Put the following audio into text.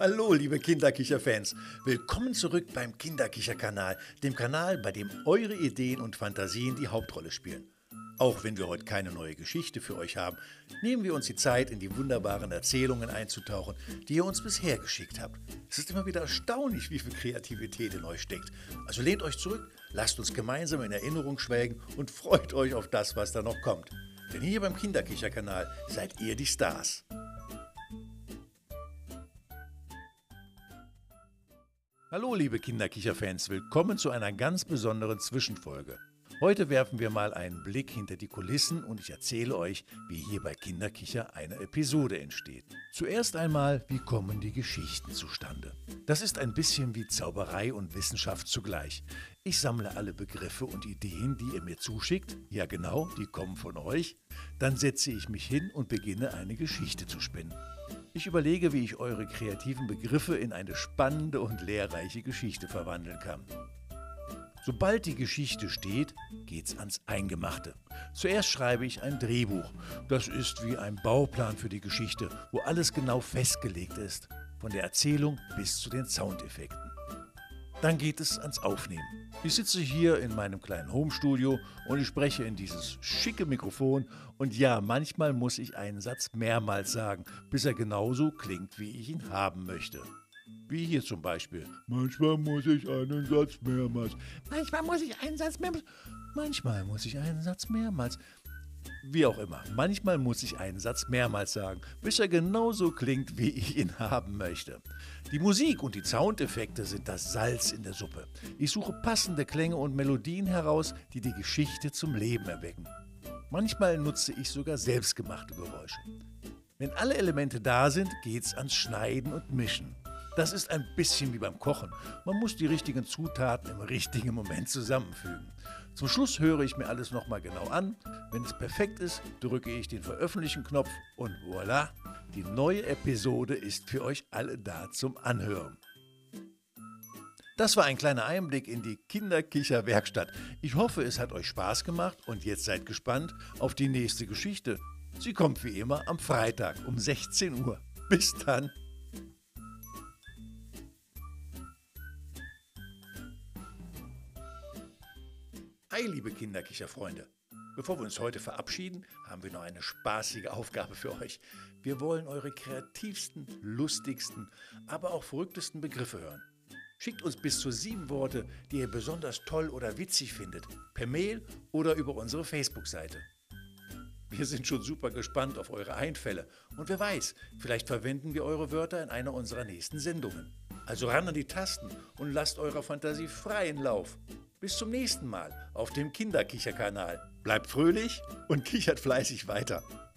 Hallo, liebe Kinderkicher-Fans. Willkommen zurück beim Kinderkicher-Kanal, dem Kanal, bei dem eure Ideen und Fantasien die Hauptrolle spielen. Auch wenn wir heute keine neue Geschichte für euch haben, nehmen wir uns die Zeit, in die wunderbaren Erzählungen einzutauchen, die ihr uns bisher geschickt habt. Es ist immer wieder erstaunlich, wie viel Kreativität in euch steckt. Also lehnt euch zurück, lasst uns gemeinsam in Erinnerung schwelgen und freut euch auf das, was da noch kommt. Denn hier beim Kinderkicher-Kanal seid ihr die Stars. Hallo liebe Kinderkicher-Fans, willkommen zu einer ganz besonderen Zwischenfolge. Heute werfen wir mal einen Blick hinter die Kulissen und ich erzähle euch, wie hier bei Kinderkicher eine Episode entsteht. Zuerst einmal, wie kommen die Geschichten zustande? Das ist ein bisschen wie Zauberei und Wissenschaft zugleich. Ich sammle alle Begriffe und Ideen, die ihr mir zuschickt. Ja genau, die kommen von euch. Dann setze ich mich hin und beginne eine Geschichte zu spinnen. Ich überlege, wie ich eure kreativen Begriffe in eine spannende und lehrreiche Geschichte verwandeln kann. Sobald die Geschichte steht, geht's ans Eingemachte. Zuerst schreibe ich ein Drehbuch. Das ist wie ein Bauplan für die Geschichte, wo alles genau festgelegt ist. Von der Erzählung bis zu den Soundeffekten. Dann geht es ans Aufnehmen. Ich sitze hier in meinem kleinen Homestudio und ich spreche in dieses schicke Mikrofon und ja, manchmal muss ich einen Satz mehrmals sagen, bis er genauso klingt, wie ich ihn haben möchte. Wie hier zum Beispiel. Manchmal muss ich einen Satz mehrmals. Manchmal muss ich einen Satz mehrmals. Manchmal muss ich einen Satz mehrmals. Wie auch immer, manchmal muss ich einen Satz mehrmals sagen, bis er genauso klingt, wie ich ihn haben möchte. Die Musik und die Soundeffekte sind das Salz in der Suppe. Ich suche passende Klänge und Melodien heraus, die die Geschichte zum Leben erwecken. Manchmal nutze ich sogar selbstgemachte Geräusche. Wenn alle Elemente da sind, geht's ans Schneiden und Mischen. Das ist ein bisschen wie beim Kochen. Man muss die richtigen Zutaten im richtigen Moment zusammenfügen. Zum Schluss höre ich mir alles nochmal genau an. Wenn es perfekt ist, drücke ich den Veröffentlichen-Knopf und voilà, die neue Episode ist für euch alle da zum Anhören. Das war ein kleiner Einblick in die Kinderkicher-Werkstatt. Ich hoffe, es hat euch Spaß gemacht und jetzt seid gespannt auf die nächste Geschichte. Sie kommt wie immer am Freitag um 16 Uhr. Bis dann! Hi, liebe Kinderkicher-Freunde! Bevor wir uns heute verabschieden, haben wir noch eine spaßige Aufgabe für euch. Wir wollen eure kreativsten, lustigsten, aber auch verrücktesten Begriffe hören. Schickt uns bis zu 7 Worte, die ihr besonders toll oder witzig findet, per Mail oder über unsere Facebook-Seite. Wir sind schon super gespannt auf eure Einfälle und wer weiß, vielleicht verwenden wir eure Wörter in einer unserer nächsten Sendungen. Also ran an die Tasten und lasst eurer Fantasie freien Lauf. Bis zum nächsten Mal auf dem Kinderkicher-Kanal. Bleibt fröhlich und kichert fleißig weiter.